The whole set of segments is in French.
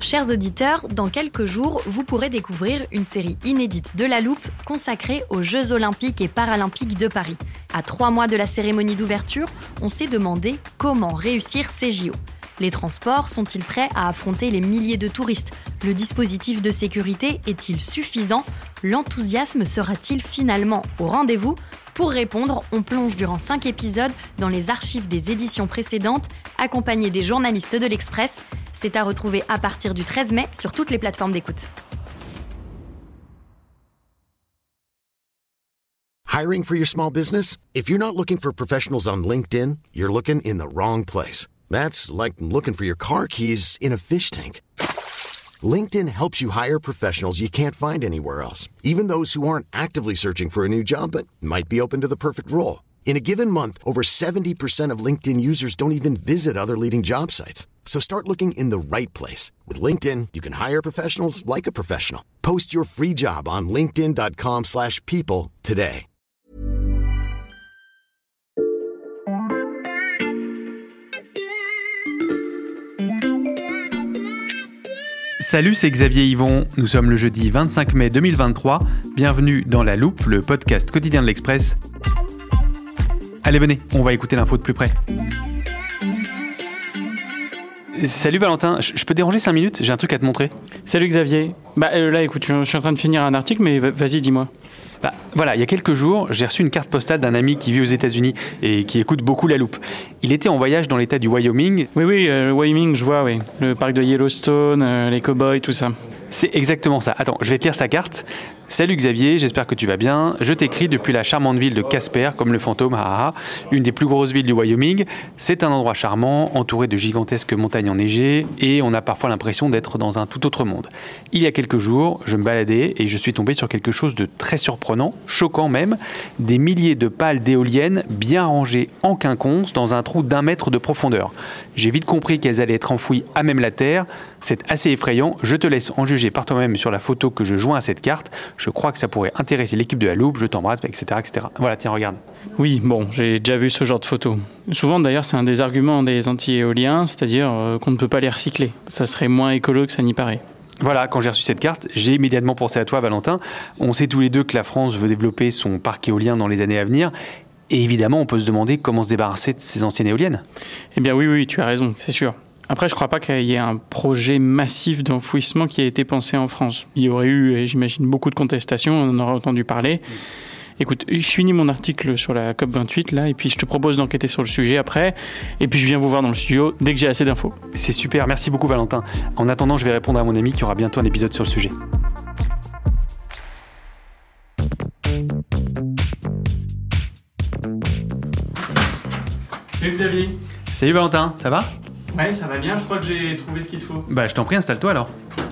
Chers auditeurs, dans quelques jours, vous pourrez découvrir une série inédite de La Loupe consacrée aux Jeux Olympiques et Paralympiques de Paris. À 3 mois de la cérémonie d'ouverture, on s'est demandé comment réussir ces JO. Les transports sont-ils prêts à affronter les milliers de touristes ? Le dispositif de sécurité est-il suffisant ? L'enthousiasme sera-t-il finalement au rendez-vous ? Pour répondre, on plonge durant 5 épisodes dans les archives des éditions précédentes, accompagnés des journalistes de l'Express. C'est à retrouver à partir du 13 mai sur toutes les plateformes d'écoute. Hiring for your small business? If you're not looking for professionals on LinkedIn, you're looking in the wrong place. That's like looking for your car keys in a fish tank. LinkedIn helps you hire professionals you can't find anywhere else, even those who aren't actively searching for a new job but might be open to the perfect role. In a given month, over 70% of LinkedIn users don't even visit other leading job sites. So start looking in the right place. With LinkedIn, you can hire professionals like a professional. Post your free job on linkedin.com/people today. Salut, c'est Xavier Yvon. Nous sommes le jeudi 25 mai 2023. Bienvenue dans La Loupe, le podcast quotidien de l'Express. Allez, venez, on va écouter l'info de plus près. Salut Valentin, je peux déranger 5 minutes ? J'ai un truc à te montrer. Salut Xavier. Là écoute, je suis en train de finir un article, mais vas-y, dis-moi. Voilà, il y a quelques jours, j'ai reçu une carte postale d'un ami qui vit aux États-Unis et qui écoute beaucoup La Loupe. Il était en voyage dans l'état du Wyoming. Oui, le Wyoming, je vois, oui. Le parc de Yellowstone, les cow-boys, tout ça. C'est exactement ça. Attends, je vais te lire sa carte. Salut Xavier, j'espère que tu vas bien. Je t'écris depuis la charmante ville de Casper, comme le fantôme, une des plus grosses villes du Wyoming. C'est un endroit charmant, entouré de gigantesques montagnes enneigées, et on a parfois l'impression d'être dans un tout autre monde. Il y a quelques jours, je me baladais et je suis tombé sur quelque chose de très surprenant, choquant même, des milliers de pales d'éoliennes bien rangées en quinconce dans un trou d'1 mètre de profondeur. J'ai vite compris qu'elles allaient être enfouies à même la terre. C'est assez effrayant, je te laisse en juger par toi-même sur la photo que je joins à cette carte. Je crois que ça pourrait intéresser l'équipe de La Loupe, je t'embrasse, etc., etc. Voilà, tiens, regarde. Oui, bon, j'ai déjà vu ce genre de photos. Souvent, d'ailleurs, c'est un des arguments des anti-éoliens, c'est-à-dire qu'on ne peut pas les recycler. Ça serait moins écolo que ça n'y paraît. Voilà, quand j'ai reçu cette carte, j'ai immédiatement pensé à toi, Valentin. On sait tous les deux que la France veut développer son parc éolien dans les années à venir. Et évidemment, on peut se demander comment se débarrasser de ces anciennes éoliennes. Eh bien oui, tu as raison, c'est sûr. Après, je ne crois pas qu'il y ait un projet massif d'enfouissement qui a été pensé en France. Il y aurait eu, j'imagine, beaucoup de contestations, on en aurait entendu parler. Écoute, je finis mon article sur la COP28, là, et puis je te propose d'enquêter sur le sujet après, et puis je viens vous voir dans le studio dès que j'ai assez d'infos. C'est super, merci beaucoup Valentin. En attendant, je vais répondre à mon ami qui aura bientôt un épisode sur le sujet. Salut Xavier. Salut Valentin, ça va ? Ouais, ça va bien, je crois que j'ai trouvé ce qu'il te faut. Je t'en prie, installe-toi alors.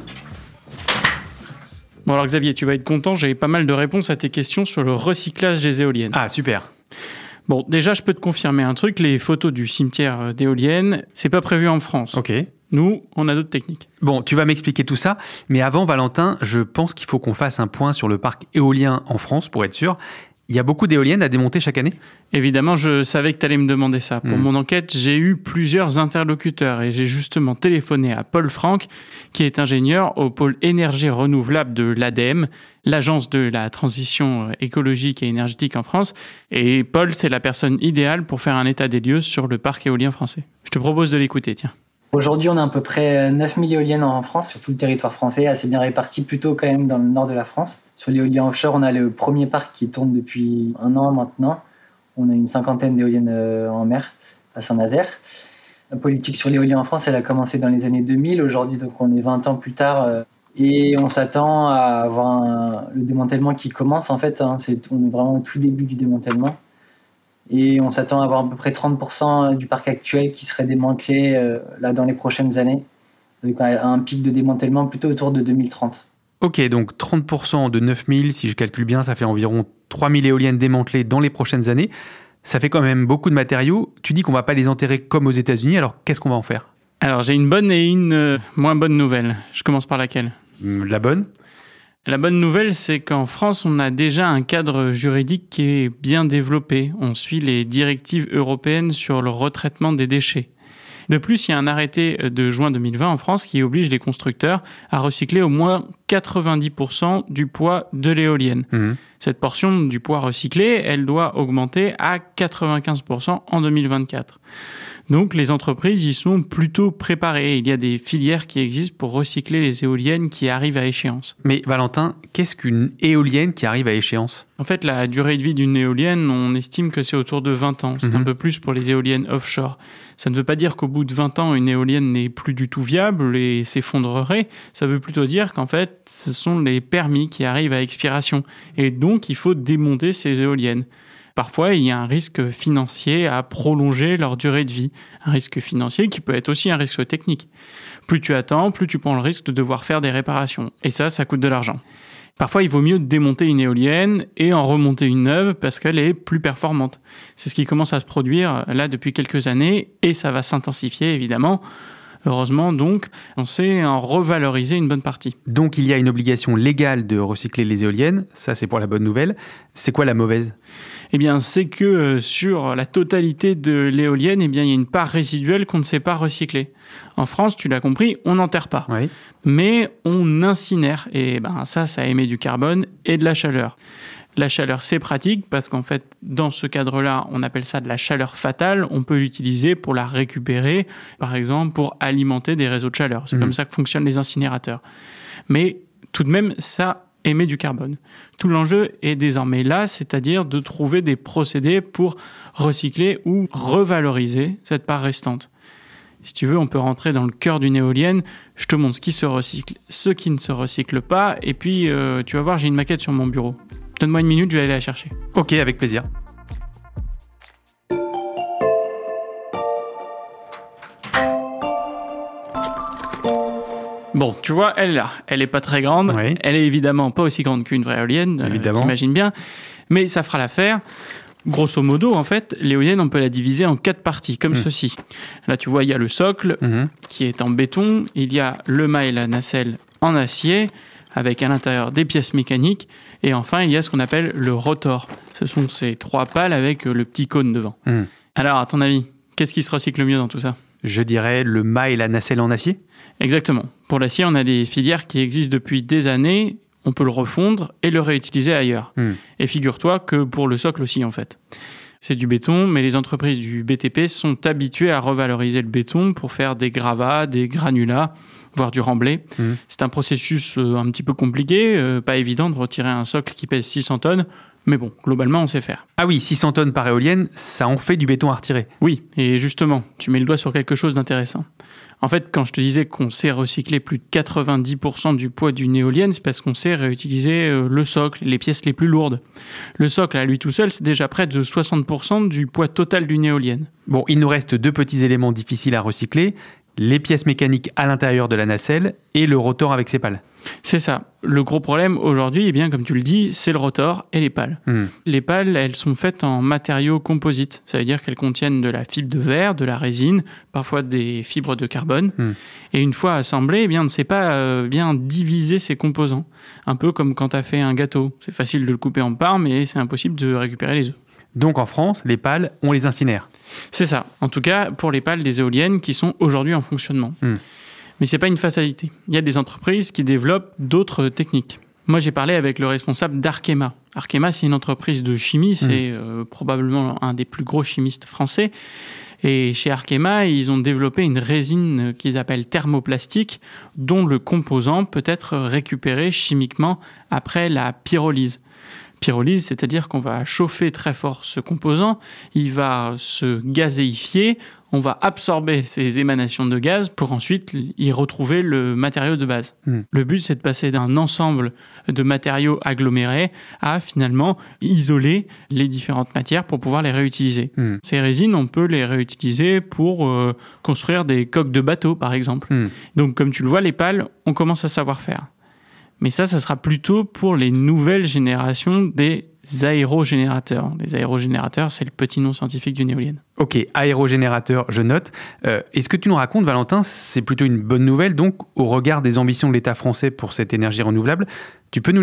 Bon alors Xavier, tu vas être content, j'ai pas mal de réponses à tes questions sur le recyclage des éoliennes. Ah, super. Bon, déjà, je peux te confirmer un truc, les photos du cimetière d'éoliennes, c'est pas prévu en France. Ok. Nous, on a d'autres techniques. Bon, tu vas m'expliquer tout ça, mais avant Valentin, je pense qu'il faut qu'on fasse un point sur le parc éolien en France, pour être sûr. Il y a beaucoup d'éoliennes à démonter chaque année ? Évidemment, je savais que tu allais me demander ça. Pour mon enquête, j'ai eu plusieurs interlocuteurs et j'ai justement téléphoné à Paul Franck, qui est ingénieur au pôle énergie renouvelable de l'ADEME, l'agence de la transition écologique et énergétique en France. Et Paul, c'est la personne idéale pour faire un état des lieux sur le parc éolien français. Je te propose de l'écouter, tiens. Aujourd'hui, on a à peu près 9000 éoliennes en France, sur tout le territoire français, assez bien réparties, plutôt quand même dans le nord de la France. Sur l'éolien offshore, on a le premier parc qui tourne depuis 1 an maintenant. On a une 50aine d'éoliennes en mer, à Saint-Nazaire. La politique sur l'éolien en France, elle a commencé dans les années 2000. Aujourd'hui, donc, on est 20 ans plus tard. Et on s'attend à avoir le démantèlement qui commence, en fait. On est vraiment au tout début du démantèlement. Et on s'attend à avoir à peu près 30% du parc actuel qui serait démantelé là, dans les prochaines années. Donc un pic de démantèlement plutôt autour de 2030. Ok, donc 30% de 9000, si je calcule bien, ça fait environ 3000 éoliennes démantelées dans les prochaines années. Ça fait quand même beaucoup de matériaux. Tu dis qu'on ne va pas les enterrer comme aux États-Unis, alors qu'est-ce qu'on va en faire ? Alors j'ai une bonne et une moins bonne nouvelle. Je commence par laquelle ? La bonne ? La bonne nouvelle, c'est qu'en France, on a déjà un cadre juridique qui est bien développé. On suit les directives européennes sur le retraitement des déchets. De plus, il y a un arrêté de juin 2020 en France qui oblige les constructeurs à recycler au moins 90% du poids de l'éolienne. Cette portion du poids recyclé, elle doit augmenter à 95% en 2024. Donc les entreprises y sont plutôt préparées. Il y a des filières qui existent pour recycler les éoliennes qui arrivent à échéance. Mais Valentin, qu'est-ce qu'une éolienne qui arrive à échéance ? En fait, la durée de vie d'une éolienne, on estime que c'est autour de 20 ans. C'est un peu plus pour les éoliennes offshore. Ça ne veut pas dire qu'au bout de 20 ans, une éolienne n'est plus du tout viable et s'effondrerait. Ça veut plutôt dire qu'en fait, ce sont les permis qui arrivent à expiration. Et donc, il faut démonter ces éoliennes. Parfois, il y a un risque financier à prolonger leur durée de vie. Un risque financier qui peut être aussi un risque technique. Plus tu attends, plus tu prends le risque de devoir faire des réparations. Et ça coûte de l'argent. Parfois, il vaut mieux démonter une éolienne et en remonter une neuve parce qu'elle est plus performante. C'est ce qui commence à se produire là depuis quelques années et ça va s'intensifier évidemment. Heureusement, donc, on sait en revaloriser une bonne partie. Donc, il y a une obligation légale de recycler les éoliennes. Ça, c'est pour la bonne nouvelle. C'est quoi la mauvaise ? Eh bien, c'est que sur la totalité de l'éolienne, eh bien, il y a une part résiduelle qu'on ne sait pas recycler. En France, tu l'as compris, on n'enterre pas. Oui. Mais on incinère. Et ça émet du carbone et de la chaleur. La chaleur, c'est pratique parce qu'en fait, dans ce cadre-là, on appelle ça de la chaleur fatale. On peut l'utiliser pour la récupérer, par exemple, pour alimenter des réseaux de chaleur. C'est comme ça que fonctionnent les incinérateurs. Mais tout de même, ça émet du carbone. Tout l'enjeu est désormais là, c'est-à-dire de trouver des procédés pour recycler ou revaloriser cette part restante. Si tu veux, on peut rentrer dans le cœur d'une éolienne. Je te montre ce qui se recycle, ce qui ne se recycle pas. Et puis, tu vas voir, j'ai une maquette sur mon bureau. Donne-moi une minute, je vais aller la chercher. Ok, avec plaisir. Bon, tu vois, elle est là. Elle est pas très grande. Oui. Elle est évidemment pas aussi grande qu'une vraie éolienne. T'imagines bien. Mais ça fera l'affaire. Grosso modo, en fait, l'éolienne, on peut la diviser en 4 parties, comme ceci. Là, tu vois, il y a le socle qui est en béton. Il y a le mât et la nacelle en acier, avec à l'intérieur des pièces mécaniques. Et enfin, il y a ce qu'on appelle le rotor. Ce sont ces 3 pales avec le petit cône devant. Alors, à ton avis, qu'est-ce qui se recycle le mieux dans tout ça ? Je dirais le mât et la nacelle en acier ? Exactement. Pour l'acier, on a des filières qui existent depuis des années. On peut le refondre et le réutiliser ailleurs. Et figure-toi que pour le socle aussi, en fait. C'est du béton, mais les entreprises du BTP sont habituées à revaloriser le béton pour faire des gravats, des granulats, voire du remblai. C'est un processus un petit peu compliqué, pas évident de retirer un socle qui pèse 600 tonnes, mais bon, globalement, on sait faire. Ah oui, 600 tonnes par éolienne, ça en fait du béton à retirer. Oui, et justement, tu mets le doigt sur quelque chose d'intéressant. En fait, quand je te disais qu'on sait recycler plus de 90% du poids d'une éolienne, c'est parce qu'on sait réutiliser le socle, les pièces les plus lourdes. Le socle, à lui tout seul, c'est déjà près de 60% du poids total d'une éolienne. Bon, il nous reste 2 petits éléments difficiles à recycler. Les pièces mécaniques à l'intérieur de la nacelle et le rotor avec ses pales. C'est ça. Le gros problème aujourd'hui, eh bien, comme tu le dis, c'est le rotor et les pales. Les pales, elles sont faites en matériaux composites. Ça veut dire qu'elles contiennent de la fibre de verre, de la résine, parfois des fibres de carbone. Et une fois assemblées, eh bien, on ne sait pas bien diviser ces composants. Un peu comme quand tu as fait un gâteau. C'est facile de le couper en parts, mais c'est impossible de récupérer les œufs. Donc en France, les pales, on les incinère. C'est ça. En tout cas, pour les pales des éoliennes qui sont aujourd'hui en fonctionnement. Mais ce n'est pas une fatalité. Il y a des entreprises qui développent d'autres techniques. Moi, j'ai parlé avec le responsable d'Arkema. Arkema, c'est une entreprise de chimie. C'est probablement un des plus gros chimistes français. Et chez Arkema, ils ont développé une résine qu'ils appellent thermoplastique, dont le composant peut être récupéré chimiquement après la pyrolyse. Pyrolyse, c'est-à-dire qu'on va chauffer très fort ce composant, il va se gazéifier, on va absorber ces émanations de gaz pour ensuite y retrouver le matériau de base. Le but, c'est de passer d'un ensemble de matériaux agglomérés à finalement isoler les différentes matières pour pouvoir les réutiliser. Ces résines, on peut les réutiliser pour construire des coques de bateaux, par exemple. Donc, comme tu le vois, les pales, on commence à savoir faire. Mais ça sera plutôt pour les nouvelles générations des aérogénérateurs. Les aérogénérateurs, c'est le petit nom scientifique d'une éolienne. Ok, aérogénérateur, je note. Et ce que tu nous racontes, Valentin, c'est plutôt une bonne nouvelle, donc, au regard des ambitions de l'État français pour cette énergie renouvelable. Tu peux nous les rappeler ?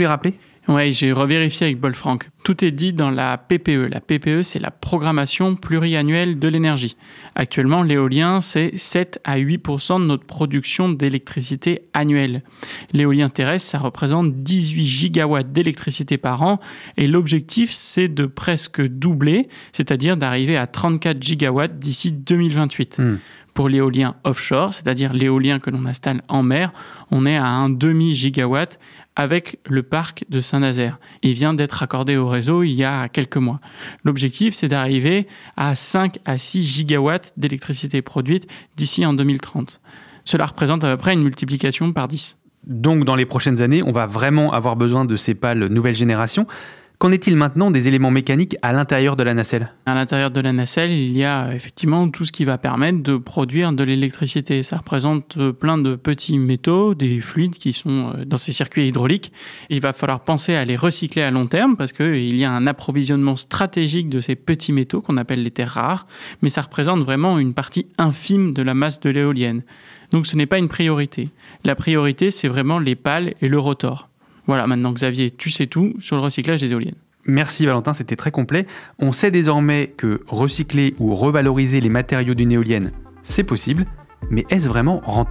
Oui, j'ai revérifié avec Paul Franck. Tout est dit dans la PPE. La PPE, c'est la programmation pluriannuelle de l'énergie. Actuellement, l'éolien, c'est 7 à 8% de notre production d'électricité annuelle. L'éolien terrestre, ça représente 18 gigawatts d'électricité par an et l'objectif, c'est de presque doubler, c'est-à-dire d'arriver à 34 gigawatts d'ici 2028. Pour l'éolien offshore, c'est-à-dire l'éolien que l'on installe en mer, on est à un demi-gigawatt avec le parc de Saint-Nazaire. Il vient d'être raccordé au réseau il y a quelques mois. L'objectif, c'est d'arriver à 5 à 6 gigawatts d'électricité produite d'ici en 2030. Cela représente à peu près une multiplication par 10. Donc dans les prochaines années, on va vraiment avoir besoin de ces pales nouvelle génération. Qu'en est-il maintenant des éléments mécaniques à l'intérieur de la nacelle ? À l'intérieur de la nacelle, il y a effectivement tout ce qui va permettre de produire de l'électricité. Ça représente plein de petits métaux, des fluides qui sont dans ces circuits hydrauliques. Il va falloir penser à les recycler à long terme parce qu'il y a un approvisionnement stratégique de ces petits métaux qu'on appelle les terres rares, mais ça représente vraiment une partie infime de la masse de l'éolienne. Donc ce n'est pas une priorité. La priorité, c'est vraiment les pales et le rotor. Voilà, maintenant Xavier, tu sais tout sur le recyclage des éoliennes. Merci Valentin, c'était très complet. On sait désormais que recycler ou revaloriser les matériaux d'une éolienne, c'est possible, mais est-ce vraiment rentable ?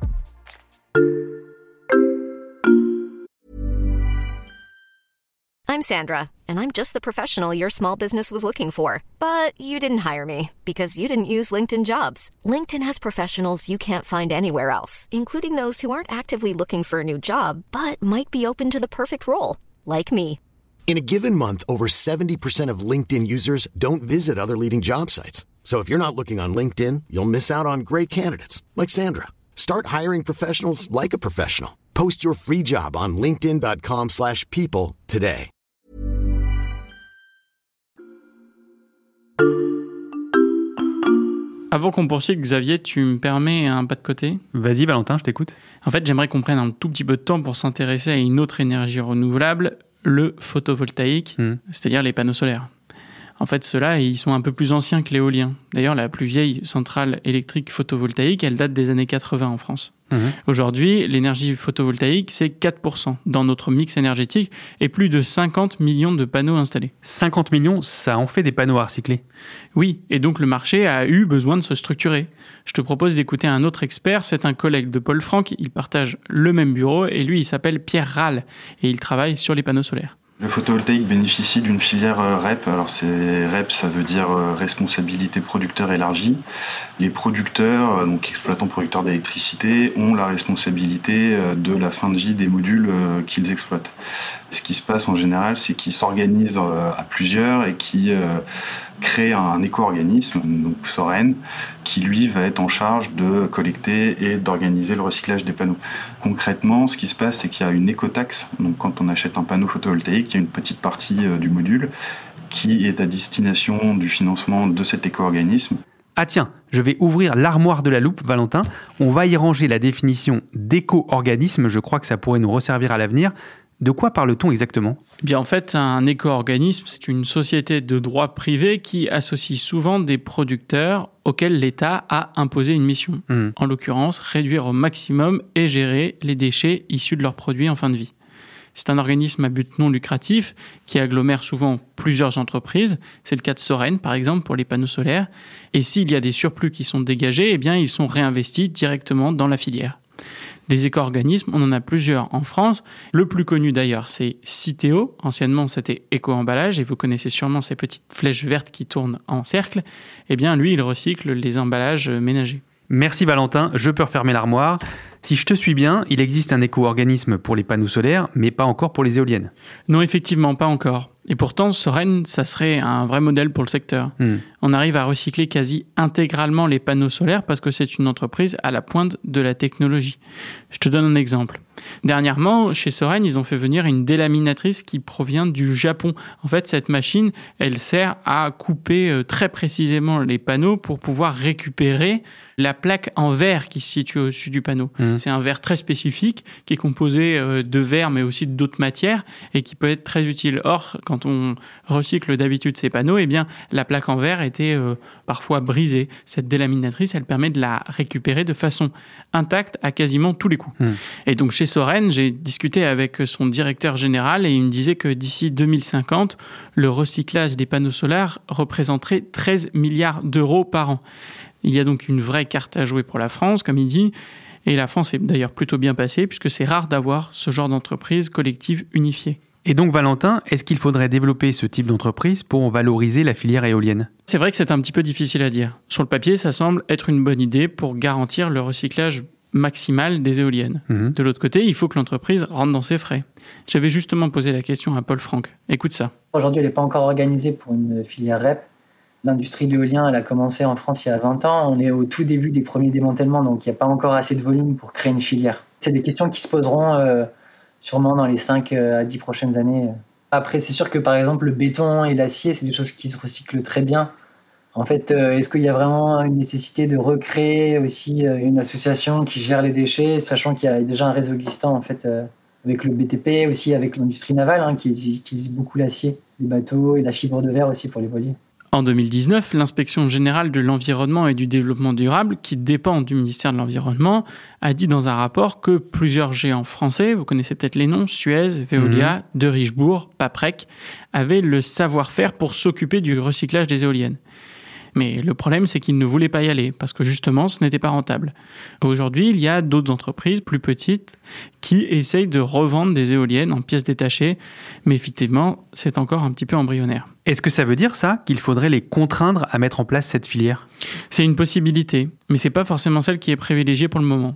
I'm Sandra, and I'm just the professional your small business was looking for. But you didn't hire me because you didn't use LinkedIn Jobs. LinkedIn has professionals you can't find anywhere else, including those who aren't actively looking for a new job, but might be open to the perfect role, like me. In a given month, over 70% of LinkedIn users don't visit other leading job sites. So if you're not looking on LinkedIn, you'll miss out on great candidates like Sandra. Start hiring professionals like a professional. Post your free job on linkedin.com/people today. Avant qu'on poursuive, Xavier, tu me permets un pas de côté ? Vas-y Valentin, je t'écoute. En fait, j'aimerais qu'on prenne un tout petit peu de temps pour s'intéresser à une autre énergie renouvelable, le photovoltaïque, c'est-à-dire les panneaux solaires. En fait, ceux-là, ils sont un peu plus anciens que l'éolien. D'ailleurs, la plus vieille centrale électrique photovoltaïque, elle date des années 80 en France. Aujourd'hui, l'énergie photovoltaïque, c'est 4% dans notre mix énergétique et plus de 50 millions de panneaux installés. 50 millions, ça en fait des panneaux à recycler. Oui, et donc le marché a eu besoin de se structurer. Je te propose d'écouter un autre expert, c'est un collègue de Paul Franck, il partage le même bureau et lui, il s'appelle Pierre Rall et il travaille sur les panneaux solaires. Le photovoltaïque bénéficie d'une filière REP. Alors c'est REP, ça veut dire responsabilité producteur élargie. Les producteurs, donc exploitants producteurs d'électricité, ont la responsabilité de la fin de vie des modules qu'ils exploitent. Ce qui se passe en général, c'est qu'ils s'organisent à plusieurs et qui créent un éco-organisme, donc Soren, qui lui va être en charge de collecter et d'organiser le recyclage des panneaux. Concrètement, ce qui se passe, c'est qu'il y a une écotaxe. Donc quand on achète un panneau photovoltaïque, il y a une petite partie du module qui est à destination du financement de cet éco-organisme. Ah tiens, je vais ouvrir l'armoire de la loupe, Valentin. On va y ranger la définition d'éco-organisme. Je crois que ça pourrait nous resservir à l'avenir. De quoi parle-t-on exactement ? Eh bien, en fait, un éco-organisme, c'est une société de droit privé qui associe souvent des producteurs auxquels l'État a imposé une mission. En l'occurrence, réduire au maximum et gérer les déchets issus de leurs produits en fin de vie. C'est un organisme à but non lucratif qui agglomère souvent plusieurs entreprises. C'est le cas de Soren, par exemple, pour les panneaux solaires. Et s'il y a des surplus qui sont dégagés, eh bien, ils sont réinvestis directement dans la filière. Des éco-organismes, on en a plusieurs en France. Le plus connu d'ailleurs, c'est Citeo. Anciennement, c'était Éco-emballage et vous connaissez sûrement ces petites flèches vertes qui tournent en cercle. Eh bien, lui, il recycle les emballages ménagers. Merci Valentin, je peux refermer l'armoire. Si je te suis bien, il existe un éco-organisme pour les panneaux solaires, mais pas encore pour les éoliennes. Non, effectivement, pas encore. Et pourtant, Soren, ça serait un vrai modèle pour le secteur. On arrive à recycler quasi intégralement les panneaux solaires parce que c'est une entreprise à la pointe de la technologie. Je te donne un exemple. Dernièrement, chez Soren, ils ont fait venir une délaminatrice qui provient du Japon. En fait, cette machine, elle sert à couper très précisément les panneaux pour pouvoir récupérer la plaque en verre qui se situe au-dessus du panneau. C'est un verre très spécifique qui est composé de verre mais aussi d'autres matières et qui peut être très utile. Or, quand on recycle d'habitude ces panneaux, eh bien, la plaque en verre est été parfois brisée. Cette délaminatrice, elle permet de la récupérer de façon intacte à quasiment tous les coups. Et donc chez Soren, j'ai discuté avec son directeur général et il me disait que d'ici 2050, le recyclage des panneaux solaires représenterait 13 milliards d'euros par an. Il y a donc une vraie carte à jouer pour la France, comme il dit, et la France est d'ailleurs plutôt bien passée puisque c'est rare d'avoir ce genre d'entreprise collective unifiée. Et donc Valentin, est-ce qu'il faudrait développer ce type d'entreprise pour valoriser la filière éolienne ? C'est vrai que c'est un petit peu difficile à dire. Sur le papier, ça semble être une bonne idée pour garantir le recyclage maximal des éoliennes. De l'autre côté, il faut que l'entreprise rentre dans ses frais. J'avais justement posé la question à Paul Franck. Écoute ça. Aujourd'hui, elle n'est pas encore organisée pour une filière REP. L'industrie de l'éolien, elle a commencé en France il y a 20 ans. On est au tout début des premiers démantèlements, donc il n'y a pas encore assez de volume pour créer une filière. C'est des questions qui se poseront sûrement dans les 5 à 10 prochaines années. Après, c'est sûr que par exemple, le béton et l'acier, c'est des choses qui se recyclent très bien. En fait, est-ce qu'il y a vraiment une nécessité de recréer aussi une association qui gère les déchets, sachant qu'il y a déjà un réseau existant en fait, avec le BTP, aussi avec l'industrie navale qui utilise beaucoup l'acier, les bateaux et la fibre de verre aussi pour les voiliers. En 2019, l'Inspection générale de l'environnement et du développement durable, qui dépend du ministère de l'Environnement, a dit dans un rapport que plusieurs géants français, vous connaissez peut-être les noms, Suez, Veolia, De Richebourg, Paprec, avaient le savoir-faire pour s'occuper du recyclage des éoliennes. Mais le problème, c'est qu'ils ne voulaient pas y aller, parce que justement, ce n'était pas rentable. Aujourd'hui, il y a d'autres entreprises plus petites qui essayent de revendre des éoliennes en pièces détachées, mais effectivement, c'est encore un petit peu embryonnaire. Est-ce que ça veut dire ça, qu'il faudrait les contraindre à mettre en place cette filière ? C'est une possibilité, mais c'est pas forcément celle qui est privilégiée pour le moment.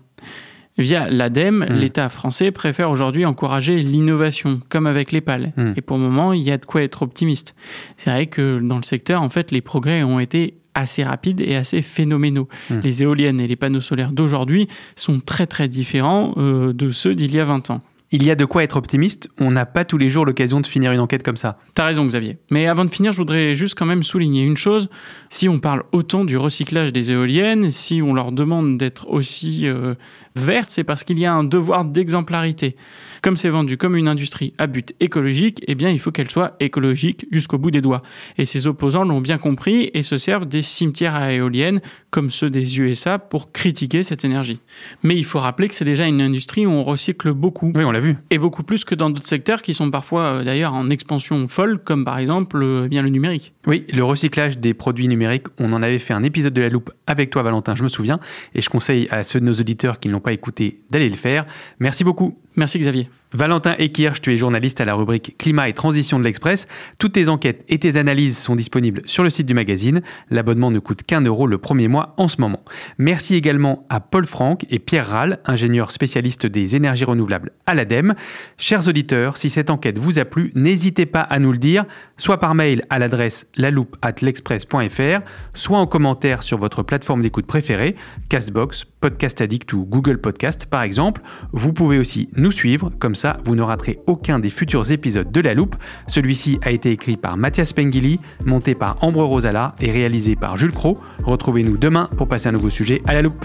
Via l'ADEME, l'État français préfère aujourd'hui encourager l'innovation, comme avec les pales. Et pour le moment, il y a de quoi être optimiste. C'est vrai que dans le secteur, en fait, les progrès ont été assez rapides et assez phénoménaux. Les éoliennes et les panneaux solaires d'aujourd'hui sont très très différents de ceux d'il y a 20 ans. Il y a de quoi être optimiste, on n'a pas tous les jours l'occasion de finir une enquête comme ça. T'as raison Xavier. Mais avant de finir, je voudrais juste quand même souligner une chose. Si on parle autant du recyclage des éoliennes, si on leur demande d'être aussi vertes, c'est parce qu'il y a un devoir d'exemplarité. Comme c'est vendu comme une industrie à but écologique, eh bien il faut qu'elle soit écologique jusqu'au bout des doigts. Et ses opposants l'ont bien compris et se servent des cimetières à éoliennes comme ceux des USA pour critiquer cette énergie. Mais il faut rappeler que c'est déjà une industrie où on recycle beaucoup. Oui, on l'a vu. Et beaucoup plus que dans d'autres secteurs qui sont parfois d'ailleurs en expansion folle, comme par exemple le numérique. Oui, le recyclage des produits numériques, on en avait fait un épisode de La Loupe avec toi Valentin, je me souviens, et je conseille à ceux de nos auditeurs qui ne l'ont pas écouté d'aller le faire. Merci beaucoup. Merci Xavier. Valentin Ekirch, tu es journaliste à la rubrique Climat et Transition de l'Express. Toutes tes enquêtes et tes analyses sont disponibles sur le site du magazine. L'abonnement ne coûte qu'1 € le premier mois en ce moment. Merci également à Paul Franck et Pierre Rall, ingénieurs spécialistes des énergies renouvelables à l'ADEME. Chers auditeurs, si cette enquête vous a plu, n'hésitez pas à nous le dire, soit par mail à l'adresse laloupe@l'express.fr, soit en commentaire sur votre plateforme d'écoute préférée, Castbox, Podcast Addict ou Google Podcast par exemple. Vous pouvez aussi nous suivre, comme ça vous ne raterez aucun des futurs épisodes de La Loupe. Celui-ci a été écrit par Mathias Pengili, monté par Ambre Rosala et réalisé par Jules Cros. Retrouvez-nous demain pour passer un nouveau sujet à La Loupe.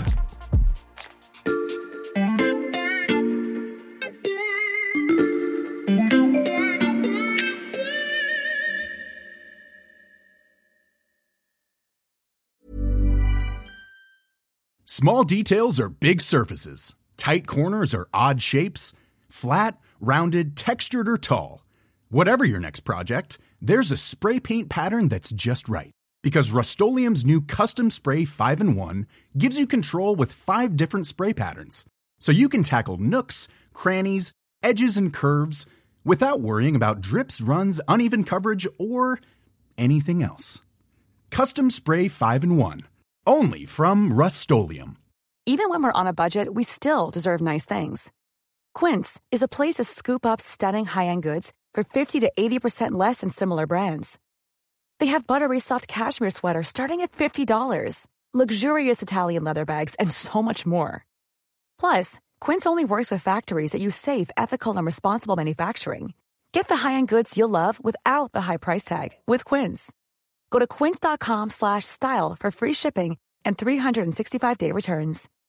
Small details are big surfaces. Tight corners are odd shapes. Flat, rounded, textured, or tall. Whatever your next project, there's a spray paint pattern that's just right. Because Rust-Oleum's new Custom Spray 5-in-1 gives you control with 5 different spray patterns. So you can tackle nooks, crannies, edges, and curves without worrying about drips, runs, uneven coverage, or anything else. Custom Spray 5-in-1. Only from Rust-Oleum. Even when we're on a budget, we still deserve nice things. Quince is a place to scoop up stunning high-end goods for 50 to 80% less than similar brands. They have buttery soft cashmere sweaters starting at $50, luxurious Italian leather bags, and so much more. Plus, Quince only works with factories that use safe, ethical, and responsible manufacturing. Get the high-end goods you'll love without the high price tag with Quince. Go to quince.com/style for free shipping and 365-day returns.